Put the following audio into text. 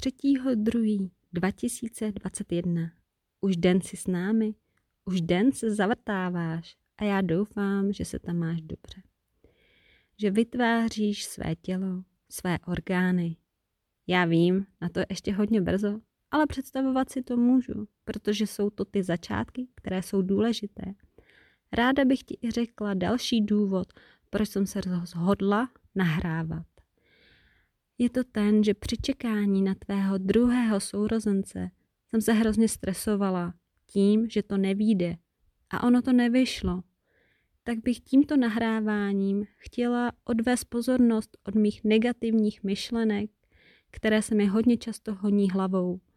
3.2.2021. Už den si s námi, už den se zavrtáváš a já doufám, že se tam máš dobře. Že vytváříš své tělo, své orgány. Já vím, na to ještě hodně brzo, ale představovat si to můžu, protože jsou to ty začátky, které jsou důležité. Ráda bych ti i řekla další důvod, proč jsem se rozhodla nahrávat. Je to ten, že při čekání na tvého druhého sourozence jsem se hrozně stresovala tím, že to nevyjde. A ono to nevyšlo. Tak bych tímto nahráváním chtěla odvést pozornost od mých negativních myšlenek, které se mi hodně často honí hlavou.